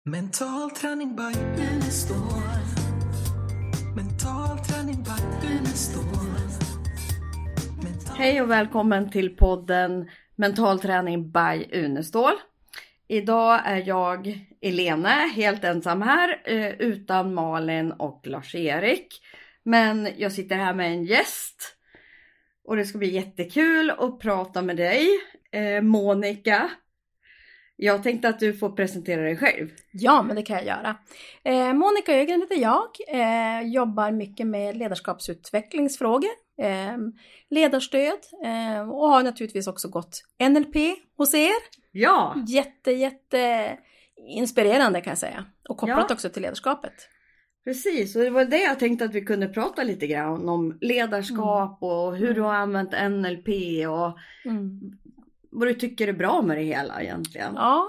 Mental träning by Unestål. Mental träning by Unestål. Hej och välkommen till podden Mental träning by Unestål. Idag är jag, Elena, helt ensam här utan Malin och Lars-Erik. Men jag sitter här med en gäst och det ska bli jättekul att prata med dig, Monica. Jag tänkte att du får presentera dig själv. Ja, men det kan jag göra. Monica Ögren heter jag. Jobbar mycket med ledarskapsutvecklingsfrågor. Ledarstöd. Och har naturligtvis också gått NLP hos er. Ja. Jätte inspirerande kan jag säga. Och kopplat också till ledarskapet. Precis, och det var det jag tänkte att vi kunde prata lite grann om ledarskap och hur du har använt NLP och vad du tycker är bra med det hela egentligen. Ja,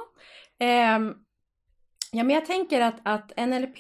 men jag tänker att NLP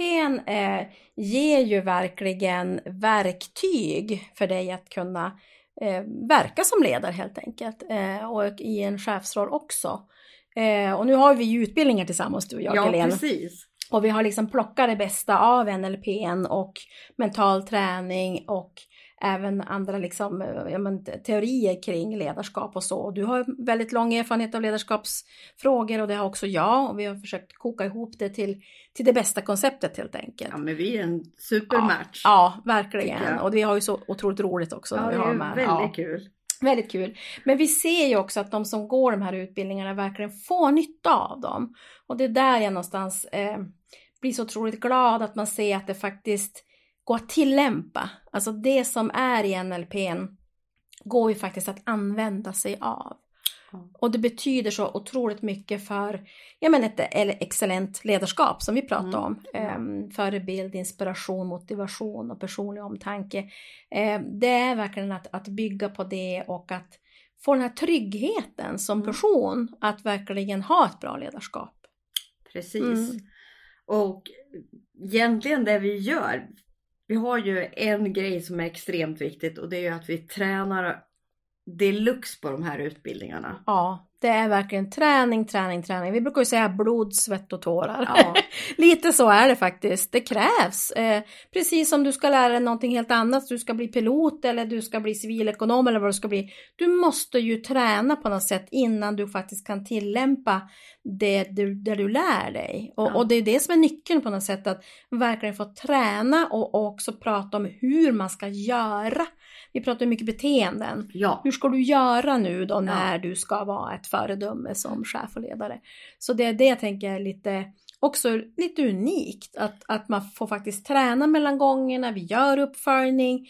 ger ju verkligen verktyg för dig att kunna verka som ledare helt enkelt. Och i en chefsroll också. Och nu har vi ju utbildningar tillsammans du och jag, Helena. Ja, precis. Och vi har liksom plockat det bästa av NLP:n och mental träning och även andra liksom, teorier kring ledarskap och så. Du har väldigt lång erfarenhet av ledarskapsfrågor och det har också jag. Och vi har försökt koka ihop det till det bästa konceptet helt enkelt. Ja, men vi är en supermatch. Ja, verkligen. Och vi har ju så otroligt roligt också. Ja, när vi det har är med. väldigt kul. Väldigt kul. Men vi ser ju också att de som går de här utbildningarna verkligen får nytta av dem. Och det är där jag någonstans blir så otroligt glad att man ser att det faktiskt går att tillämpa. Alltså det som är i NLP:n går ju faktiskt att använda sig av. Och det betyder så otroligt mycket för ett excellent ledarskap som vi pratar om. Förebild, inspiration, motivation och personlig omtanke. Det är verkligen att bygga på det och att få den här tryggheten som person att verkligen ha ett bra ledarskap. Precis. Och egentligen det vi gör, vi har ju en grej som är extremt viktigt och det är ju att vi tränar deluxe på de här utbildningarna. Ja, det är verkligen träning. Vi brukar ju säga blod, svett och tårar. Ja. Lite så är det faktiskt. Det krävs. Precis som du ska lära dig någonting helt annat. Du ska bli pilot eller du ska bli civilekonom eller vad du ska bli. Du måste ju träna på något sätt innan du faktiskt kan tillämpa det du lär dig. Och det är det som är nyckeln på något sätt. Att verkligen få träna och också prata om hur man ska göra. Vi pratar mycket beteenden. Ja. Hur ska du göra nu då när du ska vara ett föredöme som chef och ledare? Så det är det jag tänker är lite unikt. Att man får faktiskt träna mellan gångerna. Vi gör uppföljning.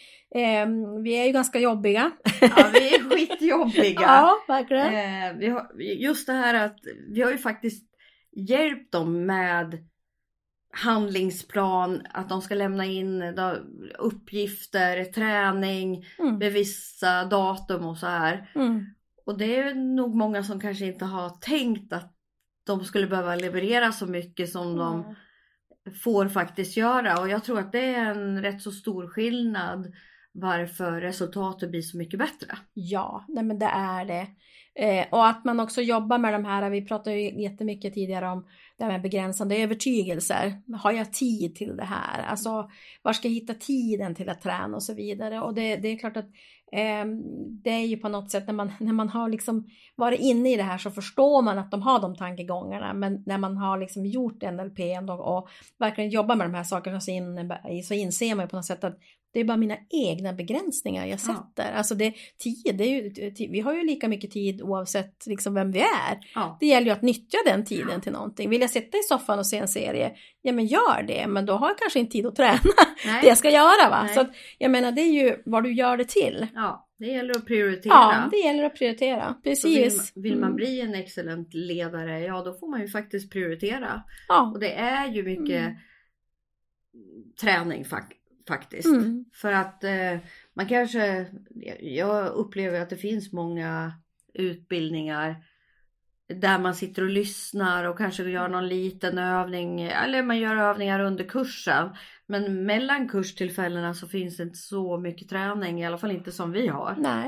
Vi är ju ganska jobbiga. Ja, vi är skitjobbiga. Ja, verkligen. Just det här att vi har ju faktiskt hjälpt dem med handlingsplan, att de ska lämna in uppgifter, träning med vissa datum och så här. Och det är nog många som kanske inte har tänkt att de skulle behöva leverera så mycket som de får faktiskt göra. Och jag tror att det är en rätt så stor skillnad varför resultatet blir så mycket bättre. Ja, nej men det är det. Och att man också jobbar med de här, vi pratade ju jättemycket tidigare om det här med begränsande övertygelser. Har jag tid till det här? Alltså, var ska jag hitta tiden till att träna och så vidare? Och det är klart att det är ju på något sätt när man har liksom varit inne i det här så förstår man att de har de tankegångarna. Men när man har liksom gjort NLP och verkligen jobbar med de här sakerna så inser man ju på något sätt att det är bara mina egna begränsningar jag sätter. Alltså vi har ju lika mycket tid oavsett liksom vem vi är. Ja. Det gäller ju att nyttja den tiden till någonting. Vill jag sitta i soffan och se en serie? Ja, men gör det. Men då har jag kanske inte tid att träna det jag ska göra, va? Så att, jag menar, det är ju vad du gör det till. Ja, det gäller att prioritera. Ja, det gäller att prioritera. Precis. Vill man bli en excellent ledare, ja då får man ju faktiskt prioritera. Ja. Och det är ju mycket träning faktiskt. För att man kanske, jag upplever att det finns många utbildningar där man sitter och lyssnar och kanske gör någon liten övning, eller man gör övningar under kursen. Men mellan kurstillfällena så finns det inte så mycket träning, i alla fall inte som vi har. Nej.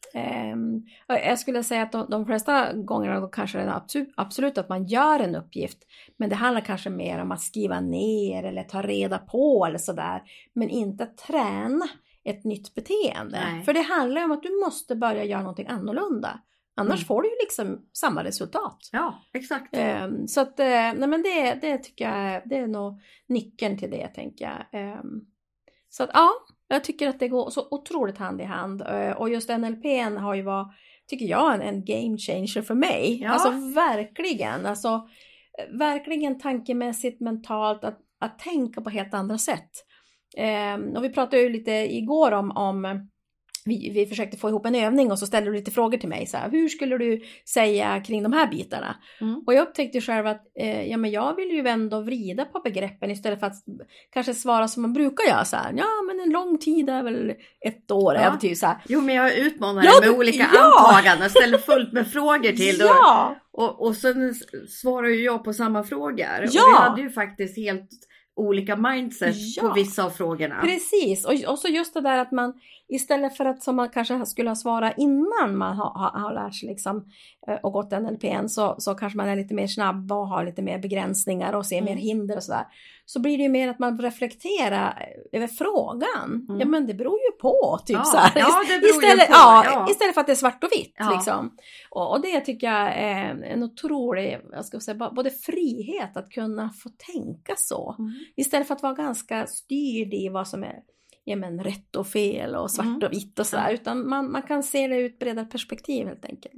Jag skulle säga att de flesta gångerna då kanske det är absolut att man gör en uppgift. Men det handlar kanske mer om att skriva ner eller ta reda på eller sådär. Men inte träna ett nytt beteende. Nej. För det handlar om att du måste börja göra någonting annorlunda. Annars får du ju liksom samma resultat. Ja, exakt. Så att, nej men det tycker jag, det är nog nyckeln till det, tänker jag. Så att ja, jag tycker att det går så otroligt hand i hand. Och just NLP har ju varit, tycker jag, en game changer för mig. Ja. Alltså verkligen. Alltså verkligen tankemässigt, mentalt, att tänka på helt andra sätt. Och vi pratade ju lite igår om vi försökte få ihop en övning och så ställde du lite frågor till mig. Så här, hur skulle du säga kring de här bitarna? Och jag upptäckte själv att men jag vill ju vända och vrida på begreppen istället för att kanske svara som man brukar göra. Så här, ja, men en lång tid är väl 1 år. Ja. Typ så här. Jo, men jag utmanar dig med olika antaganden. Ställer fullt med frågor till. Ja. Och sen svarar ju jag på samma frågor. Ja. Och vi hade ju faktiskt helt olika mindset på vissa av frågorna. Precis, och så just det där att man istället för att som man kanske skulle ha svarat innan man har lärt sig liksom, och gått NLP:n så kanske man är lite mer snabb och har lite mer begränsningar och ser mer hinder och sådär. Så blir det ju mer att man reflekterar över frågan. Ja, men det beror ju på typ så här. Ja, det beror istället, ju på. Istället för att det är svart och vitt liksom. Och det tycker jag är en otrolig, jag ska säga, både frihet att kunna få tänka så. Istället för att vara ganska styrd i vad som är rätt och fel och svart och vitt och sådär. Utan man kan se det ur ett bredare perspektiv helt enkelt.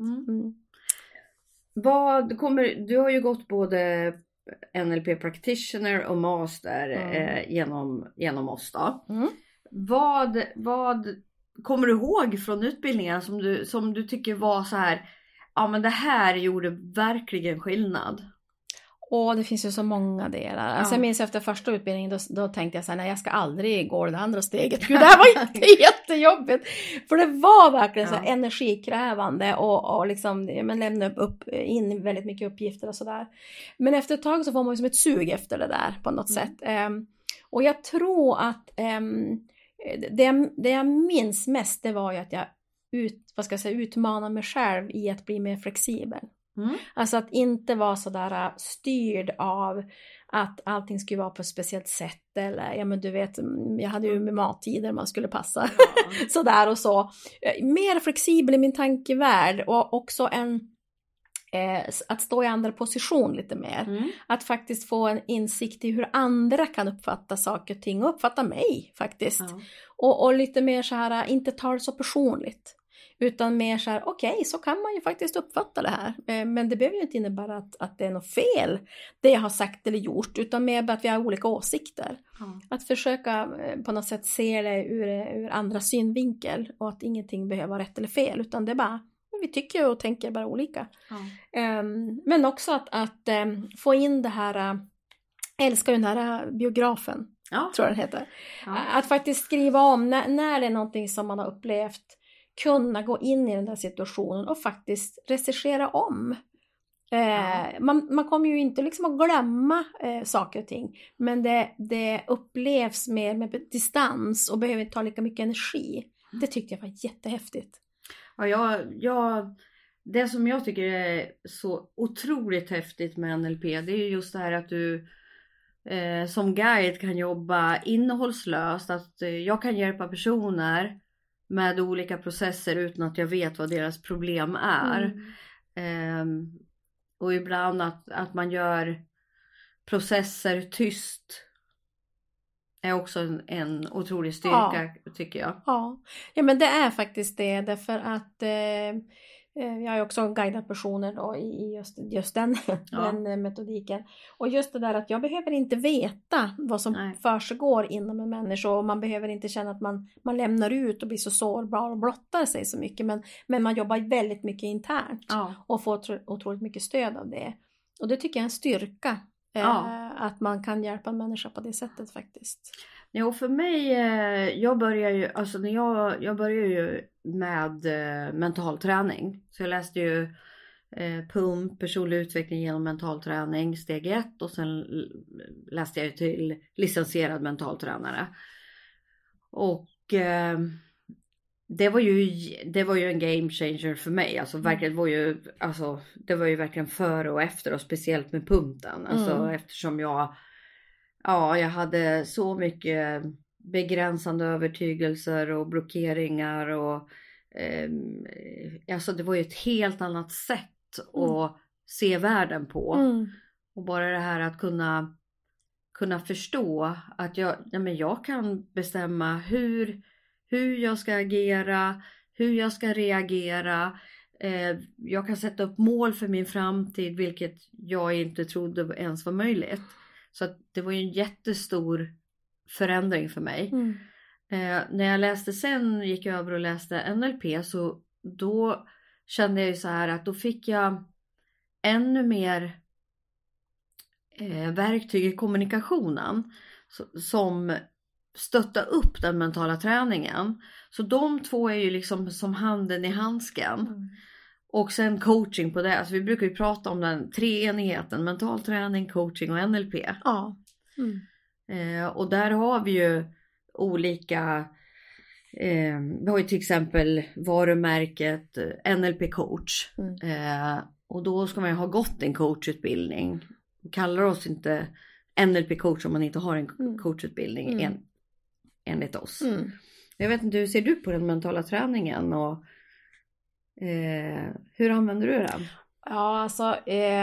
Du har ju gått både NLP practitioner och master genom oss då. Vad kommer du ihåg från utbildningen som du tycker var så här, ja men det här gjorde verkligen skillnad? Och det finns ju så många delar. Alltså jag minns efter första utbildningen då tänkte jag så här, nej jag ska aldrig gå det andra steget. Gud, det här var jättejobbigt. För det var verkligen så energikrävande och liksom, man lämnade in väldigt mycket uppgifter och sådär. Men efter ett tag så får man ju som ett sug efter det där på något sätt. Och jag tror att det jag minns mest, det var ju att jag utmanar mig själv i att bli mer flexibel. Alltså att inte vara sådär styrd av att allting skulle vara på ett speciellt sätt eller, ja men du vet, jag hade ju med mattider man skulle passa sådär och så. Mer flexibel i min tankevärld och också att stå i andra position lite mer. Att faktiskt få en insikt i hur andra kan uppfatta saker och ting och uppfatta mig faktiskt. Och lite mer så här, inte ta det så personligt. Utan mer så här, okej, så kan man ju faktiskt uppfatta det här. Men det behöver ju inte innebära att det är något fel, det jag har sagt eller gjort. Utan mer att vi har olika åsikter. Att försöka på något sätt se det ur andra synvinkel. Och att ingenting behöver vara rätt eller fel. Utan det är bara, vi tycker och tänker bara olika. Men också att få in det här, älskar ju den här biografen. Tror jag den heter. Att faktiskt skriva om när det är någonting som man har upplevt. Kunna gå in i den där situationen och faktiskt regissera om. Man kommer ju inte liksom att glömma saker och ting. Men det upplevs mer med distans och behöver inte ta lika mycket energi. Det tyckte jag var jättehäftigt. Det som jag tycker är så otroligt häftigt med NLP, det är ju just det här att du som guide kan jobba innehållslöst. Att jag kan hjälpa personer med olika processer utan att jag vet vad deras problem är. Och ibland att man gör processer tyst är också en otrolig styrka, tycker jag. Ja, men det är faktiskt det. Därför att jag har också guidat personer då i just den metodiken. Och just det där att jag behöver inte veta vad som försiggår inom en människa. Och man behöver inte känna att man lämnar ut och blir så sårbar och blottar sig så mycket. Men man jobbar väldigt mycket internt. Och får otroligt mycket stöd av det. Och det tycker jag är en styrka. Att man kan hjälpa en människa på det sättet faktiskt. Ja, för mig, jag börjar ju med mental träning. Så jag läste ju PUMP, personlig utveckling genom mental träning, steg 1. Och sen läste jag ju till licensierad mentaltränare. Och det var ju en game changer för mig. Alltså verkligen det var ju verkligen före och efter, och speciellt med pumpen. Alltså eftersom jag hade så mycket begränsande övertygelser och blockeringar, och alltså det var ju ett helt annat sätt att se världen på. Och bara det här att kunna förstå att jag kan bestämma hur jag ska agera, hur jag ska reagera. Jag kan sätta upp mål för min framtid, vilket jag inte trodde ens var möjligt. Så att det var ju en jättestor förändring för mig. När jag gick jag över och läste NLP, så då kände jag ju så här att då fick jag ännu mer verktyg i kommunikationen som stötta upp den mentala träningen. Så de två är ju liksom som handen i handsken. Och sen coaching på det. Alltså vi brukar ju prata om den treenigheten: mental träning, coaching och NLP. Ja. Och där har vi ju olika, vi har ju till exempel varumärket NLP coach. Och då ska man ju ha gått en coachutbildning. Vi kallar oss inte NLP coach om man inte har en coachutbildning enligt oss. Jag vet inte, hur ser du på den mentala träningen, och hur använder du den? Ja, alltså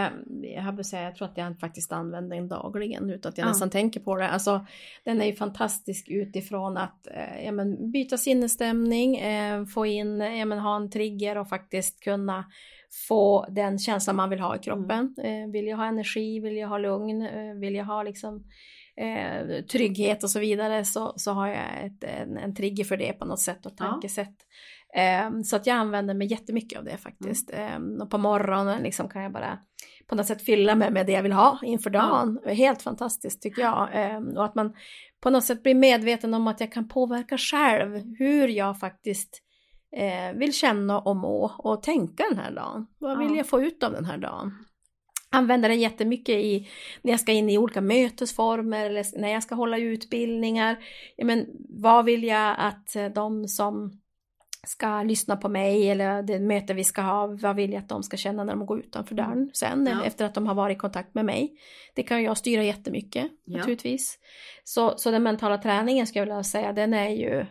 jag tror att jag faktiskt använder den dagligen utan att jag nästan tänker på det. Alltså den är ju fantastisk utifrån att byta sinnesstämning, få in, ha en trigger och faktiskt kunna få den känslan man vill ha i kroppen. Vill jag ha energi, vill jag ha lugn, vill jag ha liksom trygghet och så vidare, så har jag en trigger för det på något sätt, och tankesätt. Så att jag använder mig jättemycket av det faktiskt. Och på morgonen liksom kan jag bara på något sätt fylla mig med det jag vill ha inför dagen. Helt fantastiskt tycker jag. Och att man på något sätt blir medveten om att jag kan påverka själv hur jag faktiskt vill känna och må och tänka den här dagen. Vad vill jag få ut av den här dagen? Använder den jättemycket när jag ska in i olika mötesformer eller när jag ska hålla utbildningar. Vad vill jag att de som ska lyssna på mig eller det möte vi ska ha, vad vill jag att de ska känna när de går utanför dörren sen efter att de har varit i kontakt med mig. Det kan jag styra jättemycket naturligtvis. Så den mentala träningen ska jag vilja säga, den är ju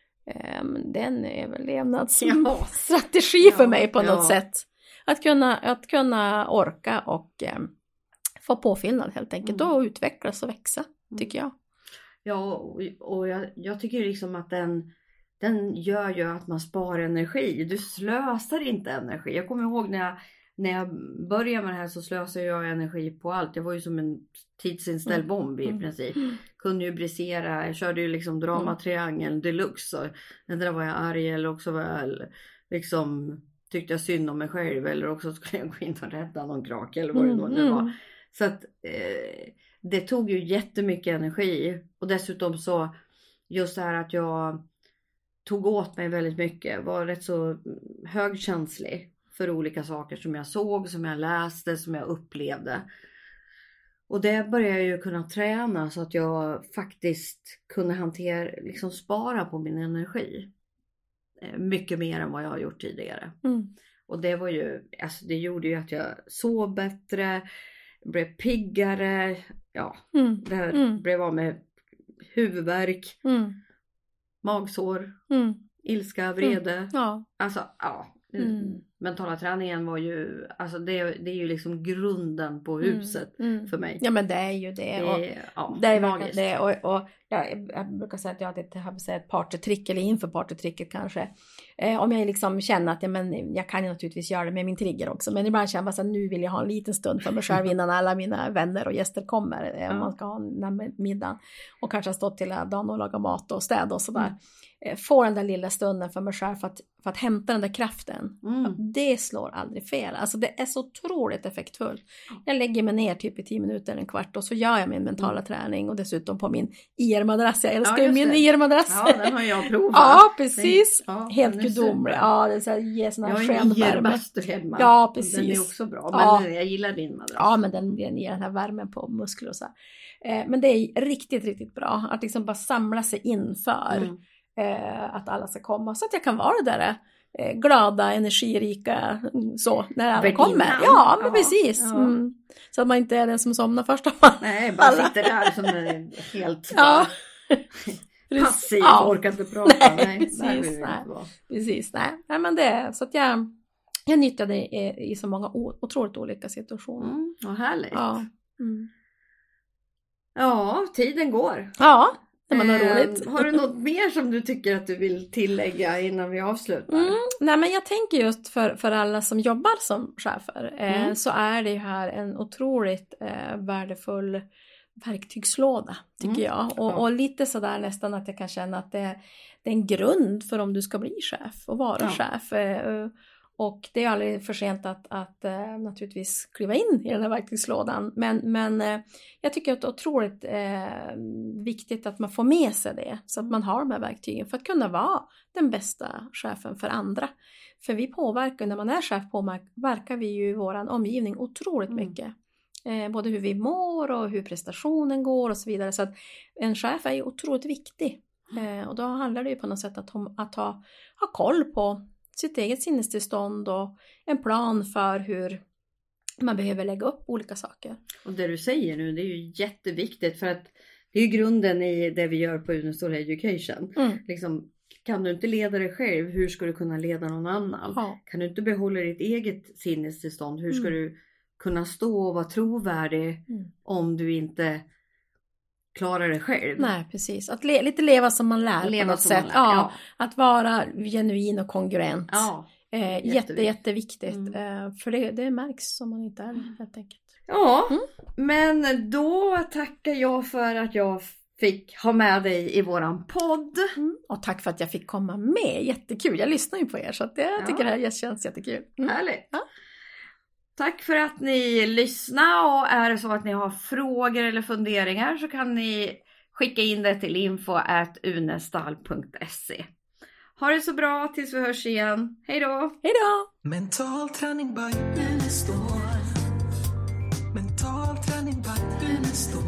den överlevnadsstrategi för mig på något sätt. Att kunna orka och få påfyllnad helt enkelt och utvecklas och växa, tycker jag. Ja, och jag tycker ju liksom att den gör ju att man sparar energi. Du slösar inte energi. Jag kommer ihåg när jag började med det här, så slösade jag energi på allt. Jag var ju som en tidsinställd bomb i princip. Kunde ju brisera. Jag körde ju liksom dramatriangeln deluxe. Eller var jag arg, eller också var jag liksom tyckte jag synd om mig själv, eller också skulle jag gå in och rädda någon krak eller vad det nu var. Så att det tog ju jättemycket energi. Och dessutom så just det här att jag tog åt mig väldigt mycket. Var rätt så högkänslig för olika saker som jag såg, som jag läste, som jag upplevde. Och det började jag ju kunna träna så att jag faktiskt kunde liksom spara på min energi. Mycket mer än vad jag har gjort tidigare. Och det var ju, alltså det gjorde ju att jag sov bättre, blev piggare, blev av med huvudvärk, magsår, ilska, vrede. Alltså mentala träningen var ju, alltså det är ju liksom grunden på huset för mig. Ja, men det är ju det. Det är magiskt. Det. Och jag brukar säga att jag har ett partytrick, eller inför partytricket kanske. Om jag liksom känner att jag kan ju naturligtvis göra det med min trigger också. Men ibland känner jag att nu vill jag ha en liten stund för mig själv innan alla mina vänner och gäster kommer. Om man ska ha en middag. Och kanske ha stått till dagen och laga mat och städa och sådär. Få den där lilla stunden för mig själv för att hämta den där kraften. Det slår aldrig fel. Alltså det är så otroligt effektfullt. Jag lägger mig ner typ i 10 minuter eller en kvart och så gör jag min mentala träning, och dessutom på min IR-madrass. Jag älskar ju min IR-madrass. Ja, den har jag provat. Ja, precis. Helt gudomlig. Ja, det är så här, ger sån här skön värme. Jag har en IR-bastu hemma. Ja, precis. Den är också bra, men jag gillar din madrass. Ja, men den ger den här värmen på muskler och så här. Men det är riktigt, riktigt bra att liksom bara samla sig inför att alla ska komma. Så att jag kan vara där glada, energirika så när alla kommer. Ja, men precis. Ja. Mm. Så att man inte är den som somnar först. Nej, bara sitter där som är helt passiv, orkar inte prata. Precis. Nej, men det så att jag nyttjade i så många otroligt olika situationer. Vad härligt. Ja. Ja, tiden går. Ja, det var roligt. Har du något mer som du tycker att du vill tillägga innan vi avslutar? Nej, men jag tänker just för alla som jobbar som chefer så är det här en otroligt värdefull verktygslåda tycker jag. Och lite sådär nästan att jag kan känna att det är en grund för om du ska bli chef och vara chef. Och det är aldrig för sent att naturligtvis kliva in i den här verktygslådan. Men jag tycker att det är otroligt viktigt att man får med sig det. Så att man har de här verktygen för att kunna vara den bästa chefen för andra. För vi påverkar, när man är chef påverkar vi ju vår omgivning otroligt mycket. Både hur vi mår och hur prestationen går och så vidare. Så att en chef är ju otroligt viktig. Och då handlar det ju på något sätt att ha koll på sitt eget sinnestillstånd och en plan för hur man behöver lägga upp olika saker. Och det du säger nu, det är ju jätteviktigt för att det är ju grunden i det vi gör på Unestål Education. Liksom, kan du inte leda dig själv, hur ska du kunna leda någon annan? Ja. Kan du inte behålla ditt eget sinnestillstånd, hur ska du kunna stå och vara trovärdig om du inte klarar det själv? Nej, precis. Att lite leva som man lär på något sätt. Ja. Att vara genuin och kongruent. Ja. Jätteviktigt. För det märks som man inte är helt enkelt. Ja, men då tackar jag för att jag fick ha med dig i våran podd. Och tack för att jag fick komma med. Jättekul. Jag lyssnar ju på er så att jag tycker det här känns jättekul. Härligt. Ja. Tack för att ni lyssnar, och är det så att ni har frågor eller funderingar så kan ni skicka in det till info@unestall.se. Ha det så bra tills vi hörs igen. Hej då! Hej då! Mental träning by Unestål. Mental träning by Unestål.